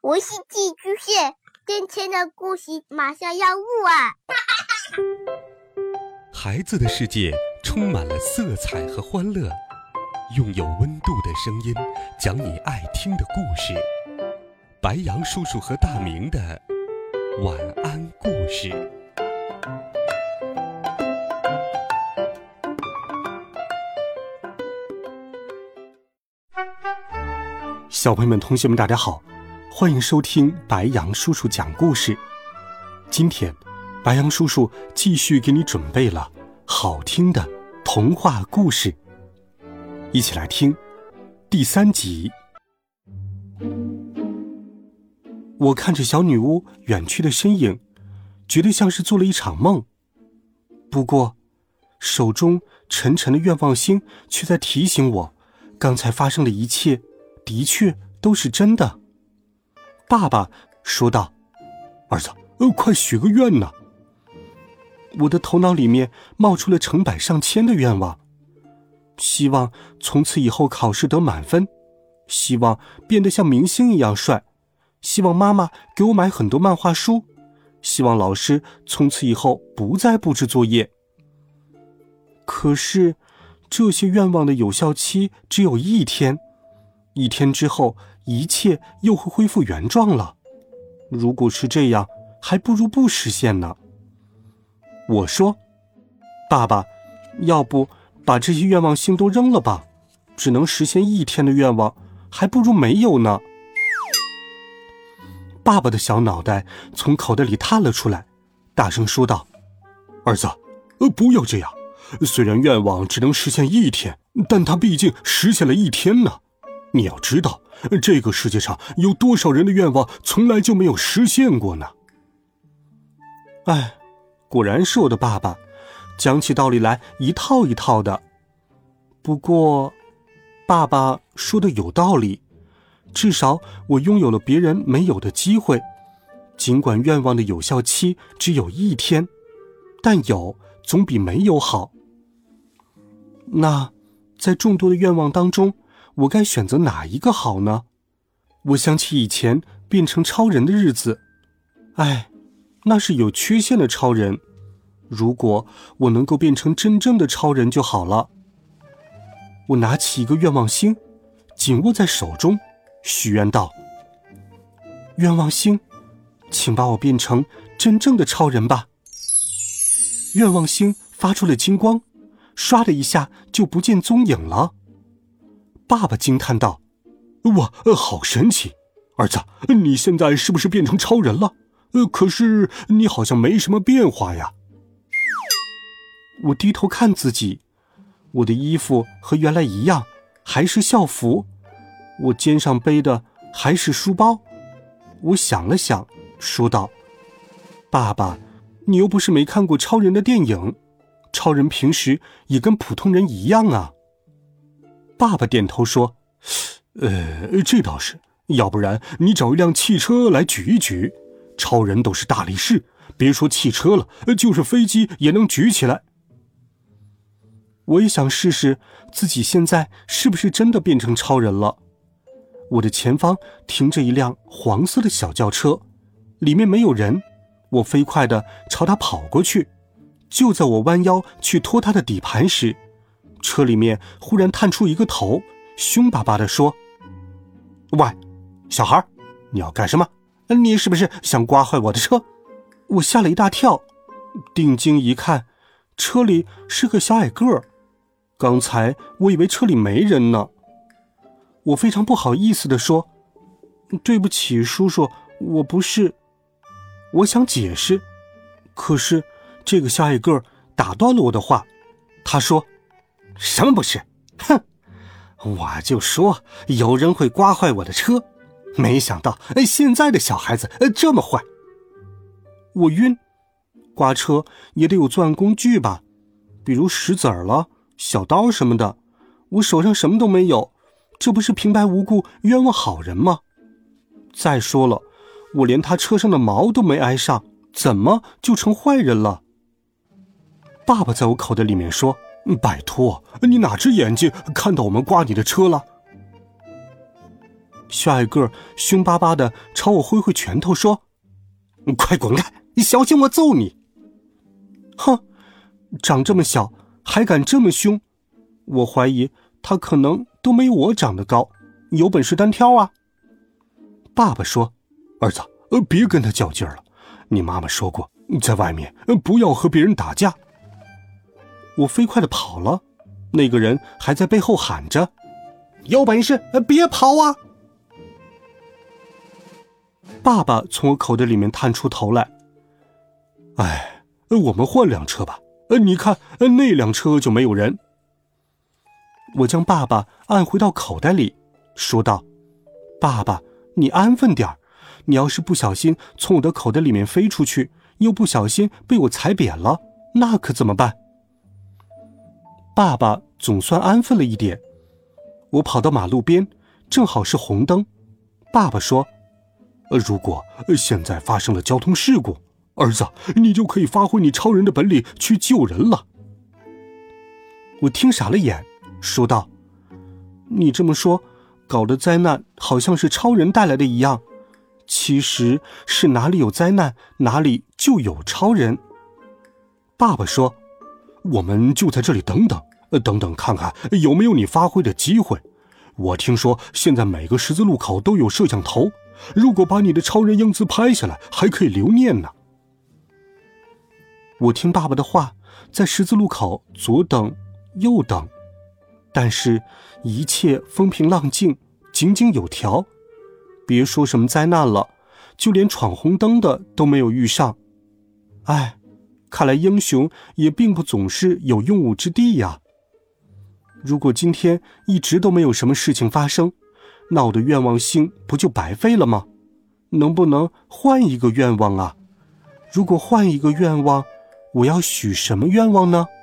我是寄居蟹，今天的故事马上要录啊！ 孩子的世界充满了色彩和欢乐，用有温度的声音讲你爱听的故事。白杨叔叔和大明的晚安故事。 小朋友们、同学们，大家好，欢迎收听白杨叔叔讲故事。今天，白杨叔叔继续给你准备了好听的童话故事，一起来听第3集。我看着小女巫远去的身影，觉得像是做了一场梦。不过，手中沉沉的愿望星却在提醒我，刚才发生的一切的确都是真的。爸爸说道：“儿子，快许个愿呢！”我的头脑里面冒出了成百上千的愿望，希望从此以后考试得满分，希望变得像明星一样帅，希望妈妈给我买很多漫画书，希望老师从此以后不再布置作业。可是，这些愿望的有效期只有1天，1天之后，一切又会恢复原状了。如果是这样，还不如不实现呢。我说：“爸爸，要不把这些愿望星都扔了吧？只能实现1天的愿望，还不如没有呢。”爸爸的小脑袋从口袋里探了出来，大声说道：“儿子，不要这样。虽然愿望只能实现1天，但它毕竟实现了1天呢。你要知道，这个世界上有多少人的愿望从来就没有实现过呢？”哎，果然是我的爸爸，讲起道理来一套一套的。不过，爸爸说的有道理，至少我拥有了别人没有的机会。尽管愿望的有效期只有1天，但有总比没有好。那，在众多的愿望当中，我该选择哪一个好呢？我想起以前变成超人的日子，哎，那是有缺陷的超人。如果我能够变成真正的超人就好了。我拿起一个愿望星，紧握在手中，许愿道：“愿望星，请把我变成真正的超人吧。”愿望星发出了金光，唰的一下就不见踪影了。爸爸惊叹道：“哇，好神奇！儿子，你现在是不是变成超人了？可是你好像没什么变化呀。”我低头看自己，我的衣服和原来一样，还是校服，我肩上背的还是书包。我想了想，说道：“爸爸，你又不是没看过超人的电影，超人平时也跟普通人一样啊。”爸爸点头说：“这倒是，要不然你找一辆汽车来举一举，超人都是大力士，别说汽车了，就是飞机也能举起来。”我也想试试自己现在是不是真的变成超人了。我的前方停着一辆黄色的小轿车，里面没有人，我飞快地朝它跑过去。就在我弯腰去拖它的底盘时，车里面忽然探出一个头，凶巴巴地说：“喂，小孩，你要干什么？你是不是想刮坏我的车？”我吓了一大跳，定睛一看，车里是个小矮个儿。刚才我以为车里没人呢。我非常不好意思地说：“对不起，叔叔，我不是……”我想解释，可是这个小矮个儿打断了我的话。他说：“什么不是？哼，我就说有人会刮坏我的车，没想到现在的小孩子这么坏。”我晕，刮车也得有作案工具吧，比如石子儿了、小刀什么的，我手上什么都没有，这不是平白无故冤枉好人吗？再说了，我连他车上的毛都没挨上，怎么就成坏人了？爸爸在我口袋里面说：“拜托，你哪只眼睛看到我们刮你的车了？” 小矮个凶巴巴地朝我挥挥拳头说：“快滚开，你小心我揍你！”哼，长这么小还敢这么凶，我怀疑他可能都没有我长得高，有本事单挑啊。爸爸说：“儿子，别跟他较劲了，你妈妈说过，在外面不要和别人打架。”我飞快地跑了，那个人还在背后喊着：“有本事别跑啊！”爸爸从我口袋里面探出头来：“哎，我们换辆车吧，你看那辆车就没有人。”我将爸爸按回到口袋里，说道：“爸爸，你安分点儿，你要是不小心从我的口袋里面飞出去，又不小心被我踩扁了，那可怎么办？”爸爸总算安分了一点。我跑到马路边，正好是红灯。爸爸说：“如果现在发生了交通事故，儿子，你就可以发挥你超人的本领去救人了。”我听傻了眼，说道：“你这么说，搞的灾难好像是超人带来的一样，其实是哪里有灾难，哪里就有超人。”爸爸说：“我们就在这里等等看看有没有你发挥的机会。我听说现在每个十字路口都有摄像头，如果把你的超人英姿拍下来，还可以留念呢。”我听爸爸的话，在十字路口左等右等，但是一切风平浪静，井井有条，别说什么灾难了，就连闯红灯的都没有遇上。哎，看来英雄也并不总是有用武之地呀。如果今天一直都没有什么事情发生，那我的愿望星不就白费了吗？能不能换一个愿望啊？如果换一个愿望，我要许什么愿望呢？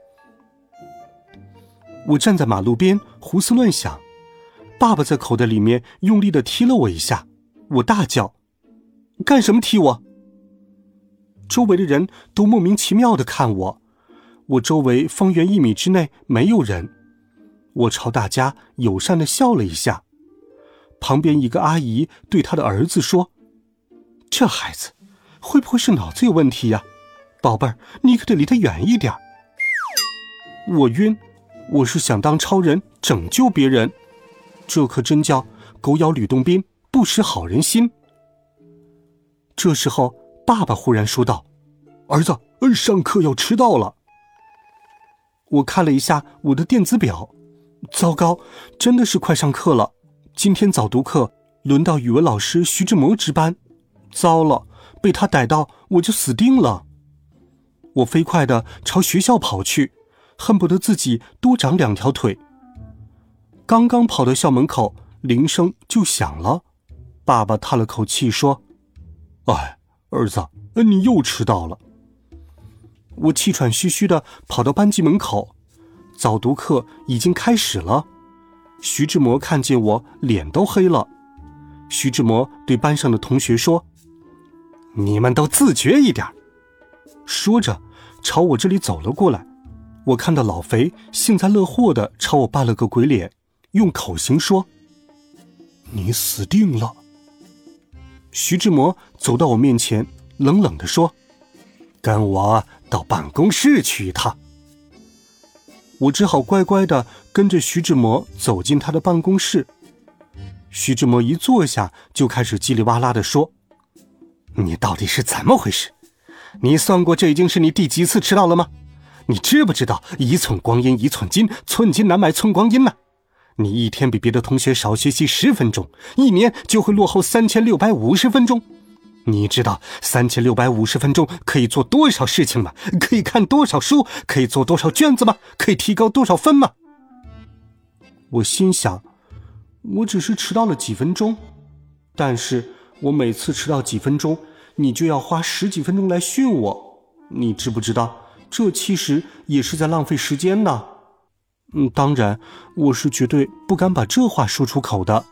我站在马路边胡思乱想，爸爸在口袋里面用力地踢了我一下，我大叫：“干什么踢我？”周围的人都莫名其妙地看我，我周围方圆1米之内没有人。我朝大家友善地笑了一下，旁边一个阿姨对她的儿子说：“这孩子会不会是脑子有问题呀？宝贝儿，你可得离他远一点。”我晕，我是想当超人拯救别人，这可真叫狗咬吕洞宾，不识好人心。这时候爸爸忽然说道：“儿子，上课要迟到了。”我看了一下我的电子表，糟糕，真的是快上课了。今天早读课轮到语文老师徐志摩值班，糟了，被他逮到我就死定了。我飞快地朝学校跑去，恨不得自己多长2条腿。刚刚跑到校门口，铃声就响了。爸爸叹了口气说：“哎，儿子，你又迟到了。”我气喘吁吁地跑到班级门口，早读课已经开始了。徐志摩看见我，脸都黑了。徐志摩对班上的同学说：“你们都自觉一点。”说着朝我这里走了过来。我看到老肥幸灾乐祸地朝我扮了个鬼脸，用口型说：“你死定了。”徐志摩走到我面前，冷冷地说：“跟我到办公室去一趟。”我只好乖乖地跟着徐志摩走进他的办公室。徐志摩一坐下就开始叽里哇啦地说：“你到底是怎么回事？你算过这已经是你第几次迟到了吗？你知不知道一寸光阴一寸金，寸金难买寸光阴呢？你一天比别的同学少学习10分钟，一年就会落后3650分钟。你知道3650分钟可以做多少事情吗？可以看多少书？可以做多少卷子吗？可以提高多少分吗？”我心想，我只是迟到了几分钟，但是我每次迟到几分钟，你就要花10几分钟来训我。你知不知道，这其实也是在浪费时间呢？当然，我是绝对不敢把这话说出口的。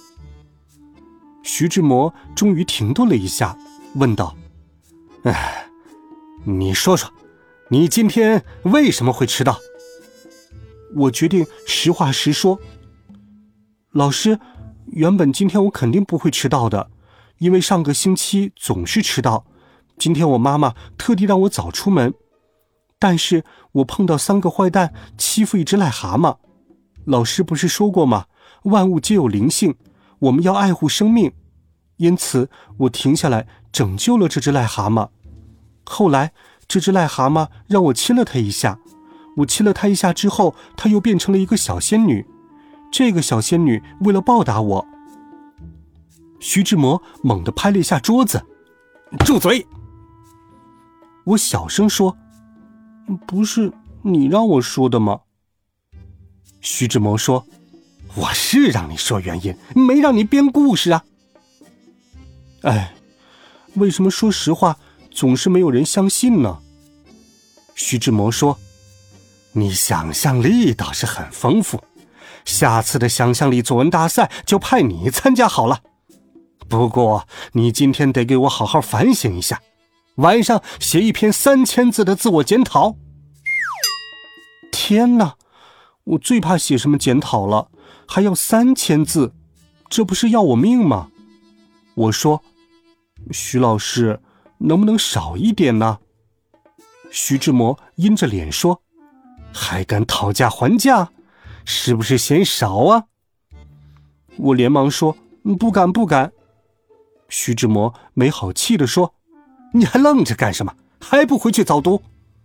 徐志摩终于停顿了一下，问道：“你说说，你今天为什么会迟到？”我决定实话实说。老师， 原本今天我肯定不会迟到的，因为上个星期总是迟到。今天我妈妈特地让我早出门，但是我碰到3个坏蛋欺负一只癞蛤蟆。老师不是说过吗？万物皆有灵性，我们要爱护生命。因此我停下来拯救了这只癞蛤蟆。后来这只癞蛤蟆让我亲了它一下，我亲了它一下之后，它又变成了一个小仙女。这个小仙女为了报答我，徐志摩猛地拍了一下桌子，住嘴！我小声说，不是你让我说的吗？徐志摩说，我是让你说原因，没让你编故事啊。哎，为什么说实话总是没有人相信呢？徐志摩说，你想象力倒是很丰富，下次的想象力作文大赛就派你参加好了。不过你今天得给我好好反省一下，晚上写一篇3000字的自我检讨。天哪，我最怕写什么检讨了，还要3000字，这不是要我命吗？我说，徐老师，能不能少一点呢？徐志摩阴着脸说，还敢讨价还价，是不是嫌少啊？我连忙说，不敢不敢。徐志摩没好气地说，你还愣着干什么？还不回去早读？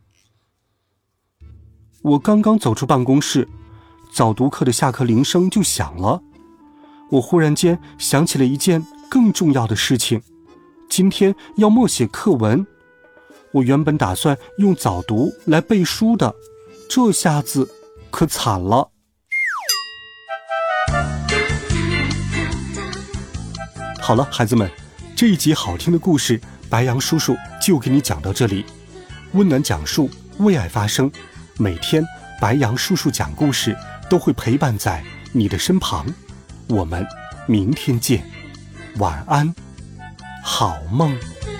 我刚刚走出办公室，早读课的下课铃声就响了。我忽然间想起了一件更重要的事情，今天要默写课文。我原本打算用早读来背书的，这下子可惨了。好了，孩子们，这一集好听的故事，白杨叔叔就给你讲到这里。温暖讲述，为爱发声，每天白杨叔叔讲故事都会陪伴在你的身旁。我们明天见，晚安，好梦。